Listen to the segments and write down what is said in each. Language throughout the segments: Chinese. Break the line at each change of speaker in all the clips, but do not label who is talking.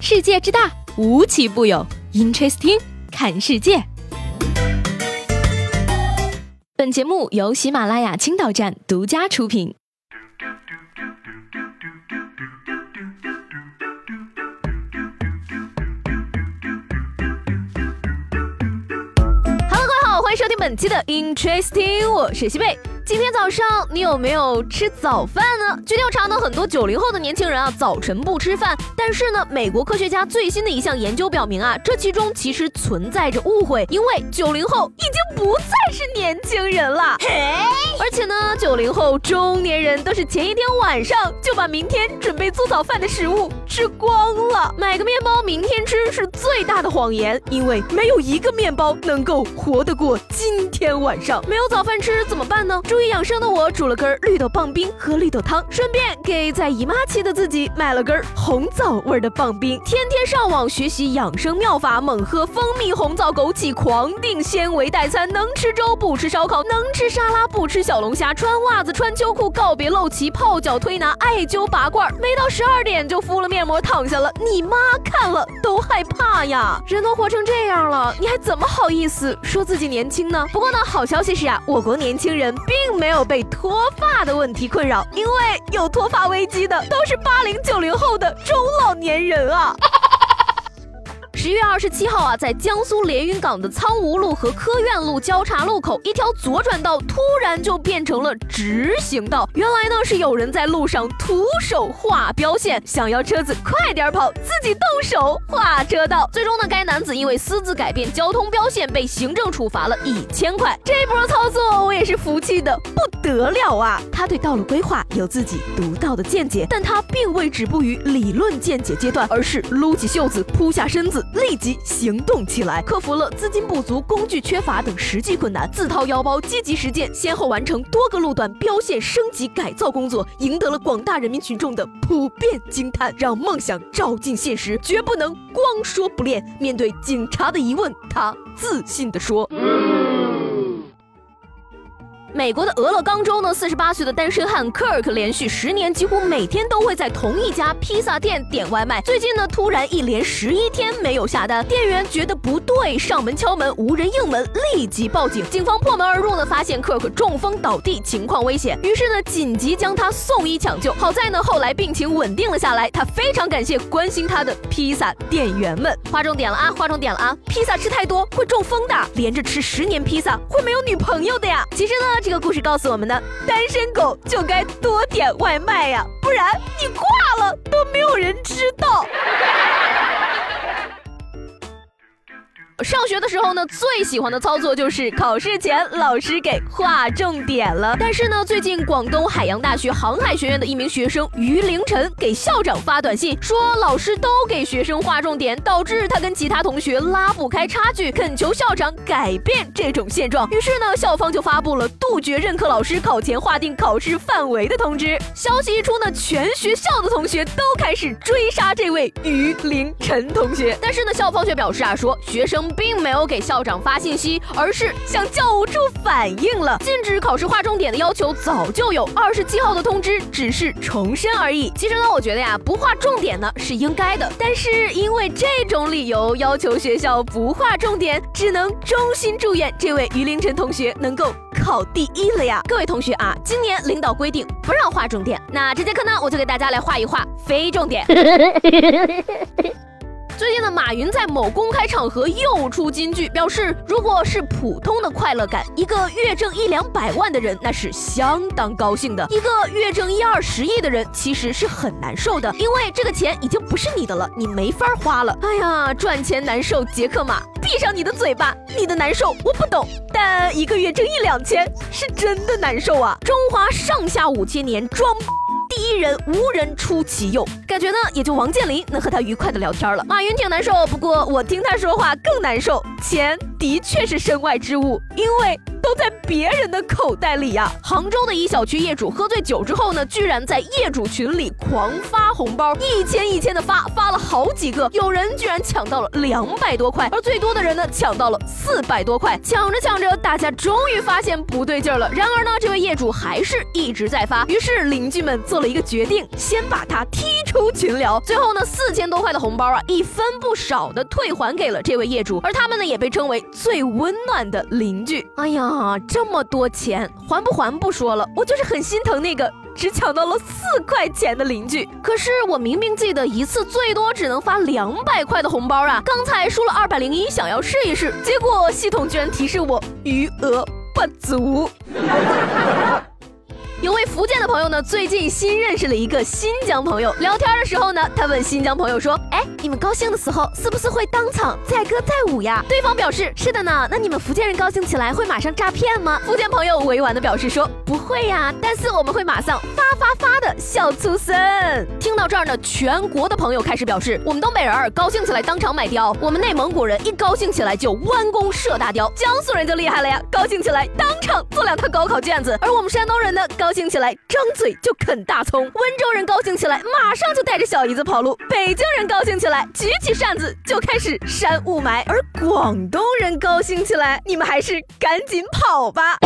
世界之大，无奇不有。Interesting， 看世界。本节目由喜马拉雅青岛站独家出品。Hello， 各位好，欢迎收听本期的 Interesting， 我是西贝。今天早上你有没有吃早饭呢？据调查呢，很多90后的年轻人啊，早晨不吃饭。但是呢，美国科学家最新的一项研究表明啊，这其中其实存在着误会，因为90后已经不再是年轻人了。而且呢，90后中年人都是前一天晚上就把明天准备做早饭的食物吃光了。买个面包明天吃是最大的谎言，因为没有一个面包能够活得过今天晚上。没有早饭吃怎么办呢？注意养生的我煮了根绿豆棒冰和绿豆汤，顺便给在姨妈期的自己买了根红枣味的棒冰。天天上网学习养生妙法，猛喝蜂蜜红枣枸杞，狂订纤维代餐，能吃粥不吃烧烤，能吃沙拉不吃小龙虾，穿袜子穿秋裤，告别陋习，泡脚推拿，艾灸拔罐，没到12点就敷了面膜躺下了，你妈看了都害怕呀。人都活成这样了，你还怎么好意思说自己年轻呢？不过呢，好消息是啊，我国年轻人并没有被脱发的问题困扰，因为有脱发危机的都是80、90后的中老年人啊。10月27号啊，在江苏连云港的苍梧路和科院路交叉路口，一条左转道突然就变成了直行道。原来呢，是有人在路上徒手画标线，想要车子快点跑，自己动手画车道。最终呢，该男子因为私自改变交通标线，被行政处罚了1000块。这波操作我也是服气的不得了啊！他对道路规划有自己独到的见解，但他并未止步于理论见解阶段，而是撸起袖子，扑下身子，立即行动起来，克服了资金不足、工具缺乏等实际困难，自掏腰包积极实践，先后完成多个路段标线升级改造工作，赢得了广大人民群众的普遍惊叹，让梦想照进现实，绝不能光说不练。面对警察的疑问，他自信地说。美国的俄勒冈州呢，48岁的单身汉 Kirk 连续10年几乎每天都会在同一家披萨店点外卖。最近呢，突然一连11天没有下单，店员觉得不对，上门敲门无人应门，立即报警。警方破门而入呢，发现 Kirk 中风倒地，情况危险，于是呢紧急将他送医抢救。好在呢后来病情稳定了下来，他非常感谢关心他的披萨店员们。划重点了啊，披萨吃太多会中风的，连着吃10年披萨会没有女朋友的呀。其实呢，这个故事告诉我们呢，单身狗就该多点外卖呀，不然你挂了都没有人知道。上学的时候呢，最喜欢的操作就是考试前老师给划重点了。但是呢，最近广东海洋大学航海学院的一名学生于凌晨给校长发短信，说老师都给学生划重点，导致他跟其他同学拉不开差距，恳求校长改变这种现状。于是呢，校方就发布了杜绝任课老师考前划定考试范围的通知。消息一出呢，全学校的同学都开始追杀这位于凌晨同学。但是呢，校方却表示啊，说学生并没有给校长发信息，而是向教务处反映了。禁止考试划重点的要求早就有，27号的通知只是重申而已。其实呢，我觉得呀，不划重点呢是应该的，但是因为这种理由要求学校不划重点，只能衷心祝愿这位于凌晨同学能够考第1了呀。各位同学啊，今年领导规定不让划重点，那这节课呢，我就给大家来画一画非重点。最近呢，马云在某公开场合又出金句，表示如果是普通的快乐感，一个月挣100-200万的人那是相当高兴的，一个月挣1-20亿的人其实是很难受的，因为这个钱已经不是你的了，你没法花了。哎呀，赚钱难受，杰克马，闭上你的嘴巴，你的难受我不懂，但一个月挣1-2千是真的难受啊。中华上下5000年装第一人无人出其右，感觉呢也就王健林能和他愉快的聊天了。马云挺难受，不过我听他说话更难受。钱的确是身外之物，因为都在别人的口袋里呀。杭州的一小区业主喝醉酒之后呢，居然在业主群里狂发红包，一千的发了好几个，有人居然抢到了200多块，而最多的人呢抢到了400多块。抢着，大家终于发现不对劲了。然而呢，这位业主还是一直在发，于是邻居们做了一个决定，先把他踢出群聊。最后呢，4000多块的红包啊，一分不少的退还给了这位业主，而他们呢也被称为最温暖的邻居。哎呀，这么多钱还不还不说了，我就是很心疼那个只抢到了4块钱的邻居。可是我明明记得一次最多只能发200块的红包啊，刚才输了201，想要试一试，结果系统居然提示我余额不足。有位福建的朋友呢，最近新认识了一个新疆朋友。聊天的时候呢，他问新疆朋友说：“哎，你们高兴的时候是不是会当场载歌载舞呀？”对方表示：“是的呢。”那你们福建人高兴起来会马上诈骗吗？福建朋友委婉的表示说：“不会呀，但是我们会马上发的笑出声。”听到这儿呢，全国的朋友开始表示：我们东北人高兴起来当场买貂，我们内蒙古人一高兴起来就弯弓射大雕，江苏人就厉害了呀，高兴起来当场做2套高考卷子，而我们山东人呢，高兴起来张嘴就啃大葱，温州人高兴起来马上就带着小姨子跑路，北京人高兴起来举起扇子就开始扇雾霾，而广东人高兴起来，你们还是赶紧跑吧。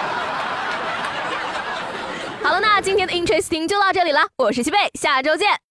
好了，那今天的 Interesting 就到这里了，我是西贝，下周见。